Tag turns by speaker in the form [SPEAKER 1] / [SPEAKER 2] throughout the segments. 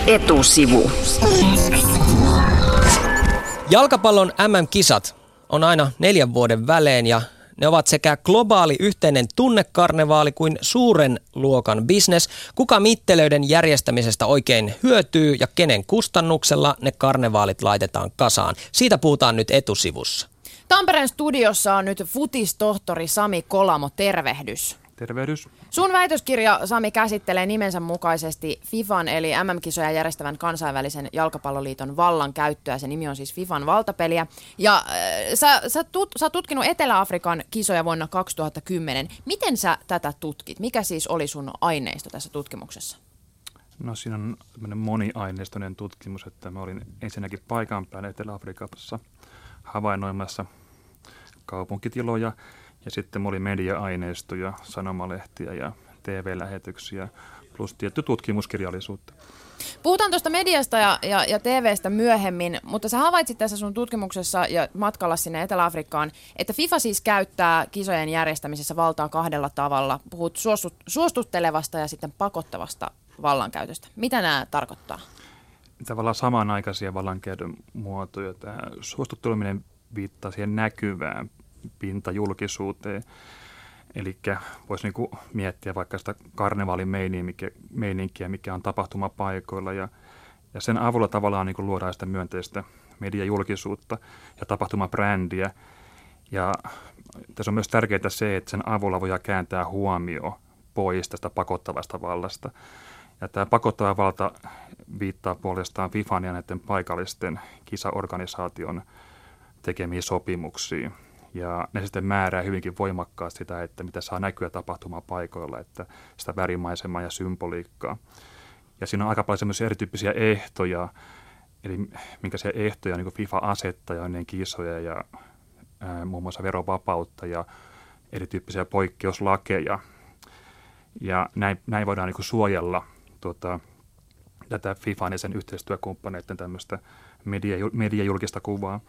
[SPEAKER 1] Etusivu.
[SPEAKER 2] Jalkapallon MM-kisat on aina 4 vuoden välein ja ne ovat sekä globaali yhteinen tunnekarnevaali kuin suuren luokan business. Kuka mittelöiden järjestämisestä oikein hyötyy ja kenen kustannuksella ne karnevaalit laitetaan kasaan? Siitä puhutaan nyt Etusivussa.
[SPEAKER 3] Tampereen studiossa on nyt futistohtori Sami Kolamo. Tervehdys.
[SPEAKER 4] Tervehdys.
[SPEAKER 3] Sun väitöskirja, Sami, käsittelee nimensä mukaisesti FIFAn eli MM-kisoja järjestävän kansainvälisen jalkapalloliiton vallankäyttöä. Se nimi on siis FIFAn valtapeliä. Ja sä oot tutkinut Etelä-Afrikan kisoja vuonna 2010. Miten sä tätä tutkit? Mikä siis oli sun aineisto tässä tutkimuksessa?
[SPEAKER 4] No siinä on moniaineistoinen tutkimus, että mä olin ensinnäkin paikan päällä Etelä-Afrikassa havainnoimassa kaupunkitiloja. Ja sitten oli media-aineistoja, sanomalehtiä ja TV-lähetyksiä plus tietty tutkimuskirjallisuutta.
[SPEAKER 3] Puhutaan tuosta mediasta ja TVstä myöhemmin, mutta sä havaitsit tässä sun tutkimuksessa ja matkalla sinne Etelä-Afrikkaan, että FIFA siis käyttää kisojen järjestämisessä valtaa 2 tavalla. Puhut suostuttelevasta ja sitten pakottavasta vallankäytöstä. Mitä nämä tarkoittaa?
[SPEAKER 4] Tavallaan samanaikaisia vallankäytön muotoja. Tämä suostutteleminen viittaa siihen näkyvään pintajulkisuuteen. Eli voisi niinku miettiä vaikka sitä karnevaalin meininkiä, mikä on tapahtumapaikoilla. Ja sen avulla tavallaan niinku luodaan sitä myönteistä mediajulkisuutta ja tapahtumabrändiä. Ja tässä on myös tärkeää se, että sen avulla voidaan kääntää huomio pois tästä pakottavasta vallasta. Ja tämä pakottava valta viittaa puolestaan FIFAn ja näiden paikallisten kisaorganisaation tekemiä sopimuksia. Ja ne sitten määrää hyvinkin voimakkaasti sitä, että mitä saa näkyä tapahtumapaikoilla, että sitä värimaisemaa ja symboliikkaa. Ja siinä on aika paljon semmoisia erityyppisiä ehtoja, eli minkälaisia ehtoja niin FIFA asettaa ja ennen kisoja ja muun muassa verovapautta ja erityyppisiä poikkeuslakeja. Ja näin voidaan niin suojella tätä FIFAn ja sen yhteistyökumppaneiden tämmöistä mediajulkista kuvaa.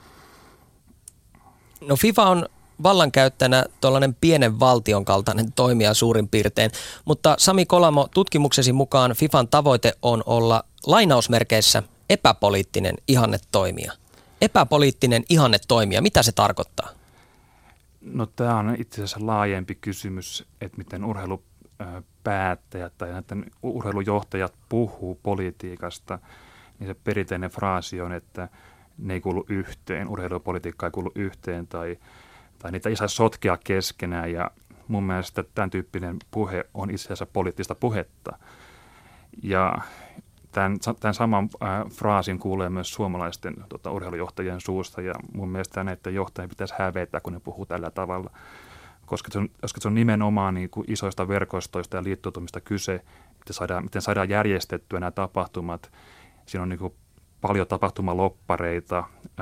[SPEAKER 2] No FIFA on vallankäyttäjänä tuollainen pienen valtion kaltainen toimija suurin piirtein, mutta Sami Kolamo, tutkimuksesi mukaan FIFAn tavoite on olla lainausmerkeissä epäpoliittinen ihannetoimija. Epäpoliittinen ihannetoimija, mitä se tarkoittaa? No
[SPEAKER 4] tämä on itse asiassa laajempi kysymys, että miten urheilupäättäjät tai näiden urheilujohtajat puhuu politiikasta, niin se perinteinen fraasi on, että ne ei kuulu yhteen, urheilu ja politiikka ei kuulu yhteen tai niitä ei saa sotkea keskenään ja mun mielestä tämän tyyppinen puhe on itse asiassa poliittista puhetta. Ja tämän saman fraasin kuulee myös suomalaisten urheilujohtajien suusta ja mun mielestä näiden johtajien pitäisi hävetä, kun ne puhuu tällä tavalla, koska se on nimenomaan niin kuin isoista verkostoista ja liittoutumista kyse, miten saadaan järjestettyä nämä tapahtumat. Siinä on niin kuin paljon tapahtumaloppareita,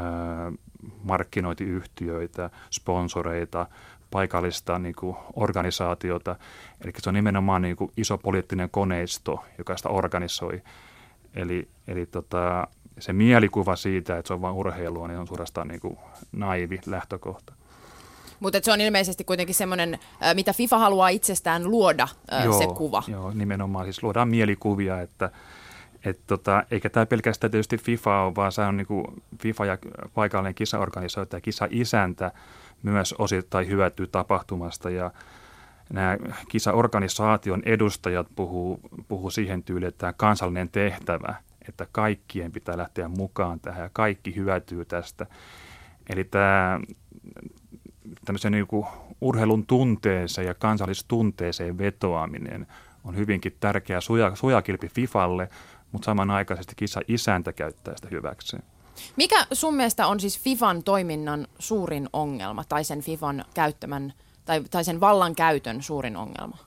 [SPEAKER 4] markkinointiyhtiöitä, sponsoreita, paikallista niin kuin organisaatiota. Eli se on nimenomaan niin kuin iso poliittinen koneisto, joka sitä organisoi. Eli se mielikuva siitä, että se on vain urheilua, niin on suorastaan niin kuin naivi lähtökohta.
[SPEAKER 3] Mutta se on ilmeisesti kuitenkin semmoinen, mitä FIFA haluaa itsestään luoda, se kuva.
[SPEAKER 4] Joo, nimenomaan. Siis luodaan mielikuvia, että eikä tämä pelkästään tietysti FIFA ole, vaan se on niin kuin FIFA ja paikallinen kisaorganisaatio ja kisaisäntä myös osittain hyötyy tapahtumasta. Ja nämä kisaorganisaation edustajat puhuu siihen tyyliin, että tämä kansallinen tehtävä, että kaikkien pitää lähteä mukaan tähän ja kaikki hyötyy tästä. Eli tämä tämmöisen niin kuin urheilun tunteeseen ja kansallistunteeseen vetoaminen on hyvinkin tärkeä suojakilpi FIFalle, mutta samanaikaisesti kisa-isäntä käyttää sitä hyväkseen.
[SPEAKER 3] Mikä sun mielestä on siis FIFAn toiminnan suurin ongelma tai sen FIFAn käyttämän tai sen vallankäytön suurin ongelma?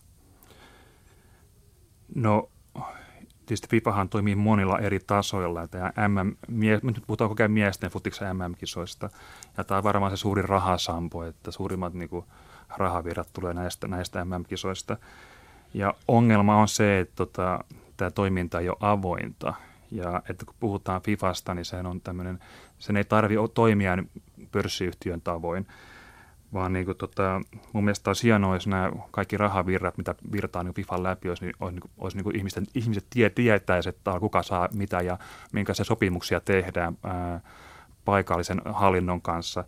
[SPEAKER 4] No tietysti FIFAhan toimii monilla eri tasoilla. Nyt puhutaan koko ajan miesten futiksen MM-kisoista ja tämä on varmaan se suurin rahasampo, että suurimmat niin kuin rahavirrat tulee näistä MM-kisoista. Ja ongelma on se, että tämä toiminta ei ole avointa. Ja että kun puhutaan FIFasta, niin sen ei tarvitse toimia pörssiyhtiön tavoin, vaan niin kuin, mun mielestä olisi hienoa, jos nämä kaikki rahavirrat, mitä virtaa niin FIFAn läpi, olisi niin kuin ihmiset tietäisi, että kuka saa mitä ja minkälaisia sopimuksia tehdään paikallisen hallinnon kanssa.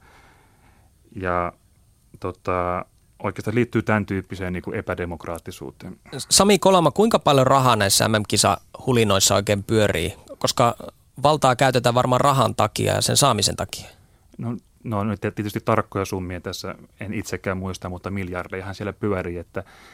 [SPEAKER 4] Ja oikeastaan liittyy tämän tyyppiseen niin kuin epädemokraattisuuteen.
[SPEAKER 2] Sami Kolamo, kuinka paljon rahaa näissä MM-kisahulinoissa oikein pyörii? Koska valtaa käytetään varmaan rahan takia ja sen saamisen takia.
[SPEAKER 4] No nyt tietysti tarkkoja summia tässä en itsekään muista, mutta miljardejahan siellä pyörii.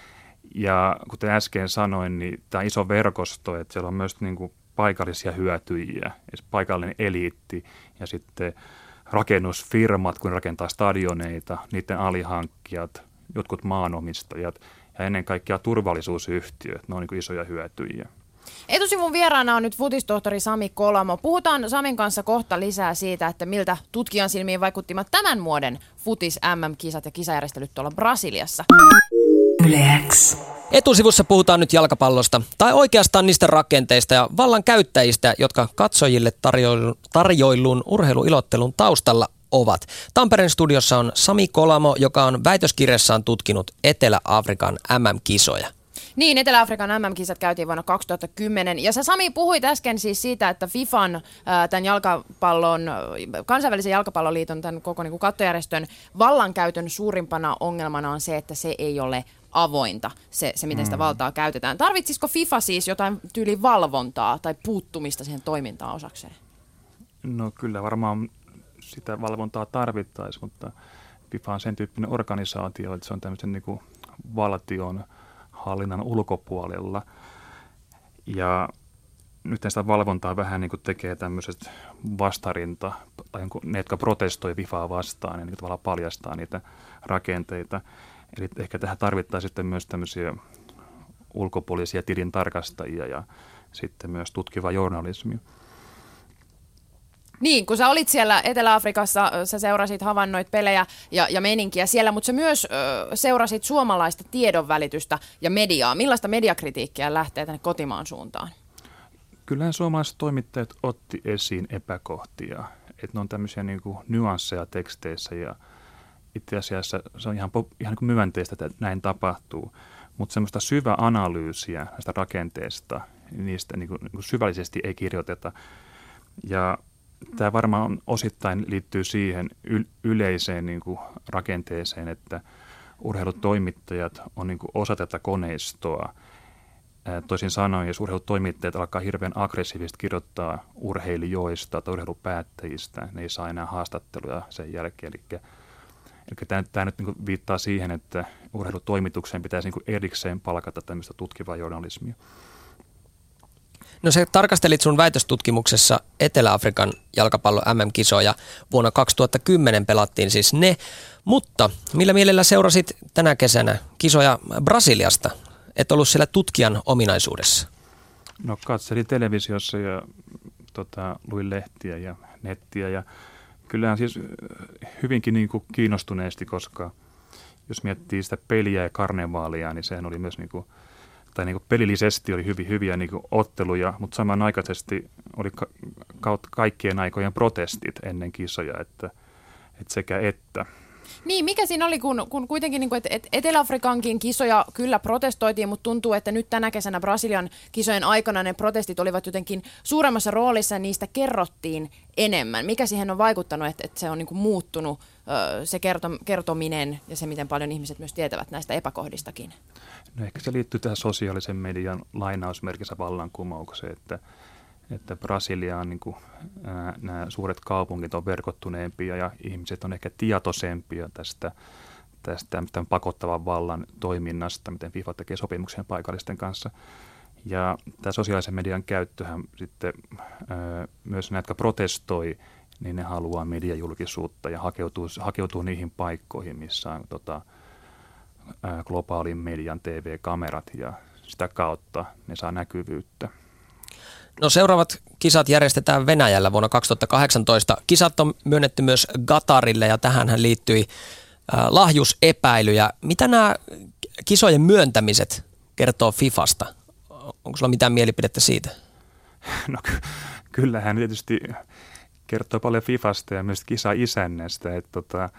[SPEAKER 4] Ja kuten äsken sanoin, niin tämä on iso verkosto, että siellä on myös niin kuin paikallisia hyötyjiä, paikallinen eliitti ja sitten rakennusfirmat, kun rakentaa stadioneita, niiden alihankkijat, jotkut maanomistajat ja ennen kaikkea turvallisuusyhtiöt, ne on niin kuin isoja hyötyjiä.
[SPEAKER 3] Etusivun vieraana on nyt futistohtori Sami Kolamo. Puhutaan Samin kanssa kohta lisää siitä, että miltä tutkijan silmiin vaikuttivat tämän vuoden futis MM-kisat ja kisajärjestelyt tuolla Brasiliassa.
[SPEAKER 2] Yle X. Etusivussa puhutaan nyt jalkapallosta, tai oikeastaan niistä rakenteista ja vallan käyttäjistä, jotka katsojille tarjoilun urheiluilottelun taustalla ovat. Tampereen studiossa on Sami Kolamo, joka on väitöskirjassaan tutkinut Etelä-Afrikan MM-kisoja.
[SPEAKER 3] Niin, Etelä-Afrikan MM-kisat käytiin vuonna 2010. Ja sä, Sami, puhuit äsken siis siitä, että FIFAn, tämän kansainvälisen jalkapalloliiton, tämän koko niin kuin kattojärjestön vallankäytön suurimpana ongelmana on se, että se ei ole avointa, se miten sitä valtaa käytetään. Tarvitsisiko FIFA siis jotain tyyli valvontaa tai puuttumista siihen toimintaan osakseen?
[SPEAKER 4] No kyllä varmaan sitä valvontaa tarvittaisiin, mutta FIFA on sen tyyppinen organisaatio, että se on tämmöisen niin kuin valtion hallinnan ulkopuolella. Ja nyt sitä valvontaa vähän niin kuin tekee tämmöiset vastarinta, tai ne, jotka protestoi FIFAa vastaan, ja niin tavallaan paljastaa niitä rakenteita. Eli ehkä tähän tarvittaisiin sitten myös tämmöisiä ulkopuolisia tilintarkastajia ja sitten myös tutkivaa journalismia.
[SPEAKER 3] Niin, kun sä olit siellä Etelä-Afrikassa, sä seurasit, havainnoit pelejä ja meininkiä siellä, mutta sä myös seurasit suomalaista tiedonvälitystä ja mediaa. Millaista mediakritiikkiä lähtee tänne kotimaan suuntaan?
[SPEAKER 4] Kyllähän suomalaiset toimittajat otti esiin epäkohtia, että ne on tämmöisiä niin kuin nyansseja teksteissä ja itse asiassa se on ihan niin kuin myönteistä, että näin tapahtuu, mutta semmoista syvä analyysiä näistä rakenteista, niistä niin kuin syvällisesti ei kirjoiteta. Ja tämä varmaan osittain liittyy siihen yleiseen niin kuin rakenteeseen, että urheilutoimittajat on niin kuin osa tätä koneistoa. Toisin sanoen, jos urheilutoimittajat alkaa hirveän aggressiivisesti kirjoittaa urheilijoista tai urheilupäättäjistä, ne ei saa enää haastatteluja sen jälkeen. Eli tämä nyt niin kuin viittaa siihen, että urheilutoimitukseen pitäisi niin kuin erikseen palkata tämmöistä tutkivaa journalismia.
[SPEAKER 2] No sä tarkastelit sun väitöstutkimuksessa Etelä-Afrikan jalkapallo MM-kisoja. Vuonna 2010 pelattiin siis ne, mutta millä mielellä seurasit tänä kesänä kisoja Brasiliasta? Et ollut siellä tutkijan ominaisuudessa?
[SPEAKER 4] No katselin televisiossa ja luin lehtiä ja nettiä ja kyllähän siis hyvinkin niin kuin kiinnostuneesti, koska jos miettii sitä peliä ja karnevaalia, niin sehän oli myös niin kuin pelillisesti oli hyviä niin kuin otteluja, mutta samanaikaisesti oli kaikkien aikojen protestit ennen kisoja, että sekä että.
[SPEAKER 3] Niin, mikä siinä oli, kun kuitenkin, niin kuin, että Etelä-Afrikankin kisoja kyllä protestoitiin, mutta tuntuu, että nyt tänä kesänä Brasilian kisojen aikana ne protestit olivat jotenkin suuremmassa roolissa ja niistä kerrottiin enemmän. Mikä siihen on vaikuttanut, että se on niin kuin muuttunut se kertominen ja se, miten paljon ihmiset myös tietävät näistä epäkohdistakin?
[SPEAKER 4] No ehkä se liittyy tähän sosiaalisen median lainausmerkissä vallankumoukseen, että Brasilia on niin kuin, nämä suuret kaupungit on verkottuneempia ja ihmiset on ehkä tietoisempia tästä pakottavan vallan toiminnasta, miten FIFA tekee sopimuksia paikallisten kanssa. Ja tämä sosiaalisen median käyttöhän sitten myös nämä, jotka protestoi, niin ne haluaa mediajulkisuutta ja hakeutuu niihin paikkoihin, missä on globaalin median TV-kamerat ja sitä kautta ne saa näkyvyyttä.
[SPEAKER 2] No seuraavat kisat järjestetään Venäjällä vuonna 2018. Kisat on myönnetty myös Qatarille ja tähänhän liittyi lahjusepäilyjä. Mitä nämä kisojen myöntämiset kertoo FIFasta? Onko sulla mitään mielipidettä siitä?
[SPEAKER 4] No kyllähän tietysti kertoo paljon FIFasta ja myös kisa-isännästä, että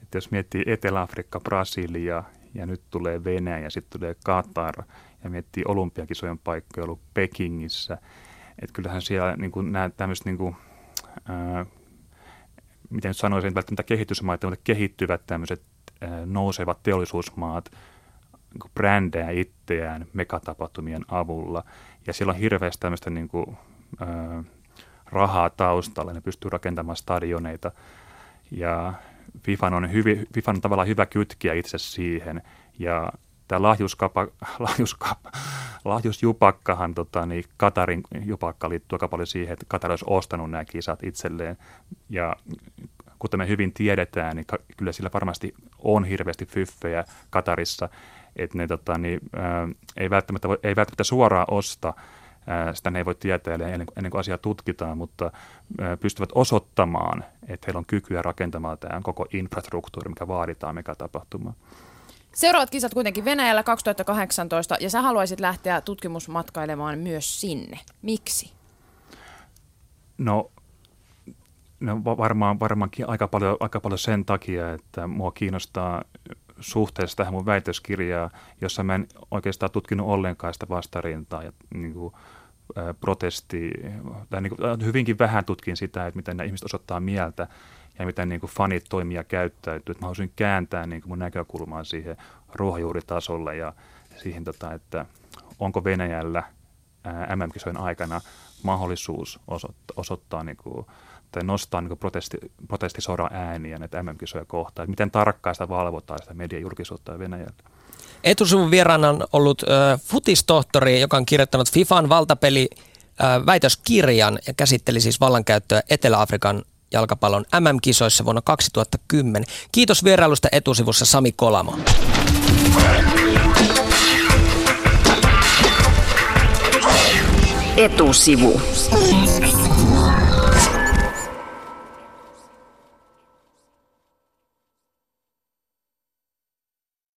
[SPEAKER 4] Että jos miettii Etelä-Afrikka, Brasilia ja nyt tulee Venäjä ja sitten tulee Katar ja miettii olympiakisojen paikkoja ollut Pekingissä. Että kyllähän siellä niin kuin, nämä tämmöiset, niin kuin, miten nyt sanoisin, välttämättä kehitysmaat, mutta kehittyvät tämmöiset nousevat teollisuusmaat niin brändää itseään megatapahtumien avulla. Ja siellä on hirveästi tämmöistä niin kuin, rahaa taustalla. Ne pystyy rakentamaan stadioneita. Ja FIFAn on tavallaan hyvä kytkiä itse siihen. Ja tämä lahjusjupakkahan, niin Katarin jupakka liittyy aika paljon siihen, että Katar olisi ostanut nämä kisat itselleen. Ja kuten me hyvin tiedetään, niin kyllä sillä varmasti on hirveästi fyffejä Katarissa, että ne ei välttämättä suoraan osta. Sitä ne ei voi tietää ennen kuin asiaa tutkitaan, mutta pystyvät osoittamaan, että heillä on kykyä rakentamaan tämä koko infrastruktuuri, mikä vaaditaan megatapahtumaan.
[SPEAKER 3] Seuraavat kisat kuitenkin Venäjällä 2018, ja sä haluaisit lähteä tutkimusmatkailemaan myös sinne. Miksi?
[SPEAKER 4] No varmaankin aika paljon sen takia, että mua kiinnostaa suhteessa tähän mun väitöskirjaan, jossa mä en oikeastaan tutkinut ollenkaan sitä vastarintaa ja niin kuin, hyvinkin vähän tutkin sitä, että miten nämä ihmiset osoittaa mieltä ja miten niin kuin fanit toimia käyttäytyy. Mä haluaisin kääntää niin kuin mun näkökulmaa siihen ruohonjuuritasolle ja siihen, että onko Venäjällä MM-kisojen aikana mahdollisuus osoittaa niin kuin, tai nostaa niin protestisodan ääniä näitä MM-kisoja kohtaan. Että miten tarkkaan sitä valvotaan, sitä mediajulkisuutta Venäjällä.
[SPEAKER 2] Etusivun vieraana on ollut futistohtori, joka on kirjoittanut FIFAn valtapeli väitöskirjan ja käsitteli siis vallankäyttöä Etelä-Afrikan jalkapallon MM-kisoissa vuonna 2010. Kiitos vierailusta Etusivussa, Sami Kolamo.
[SPEAKER 1] Etusivu.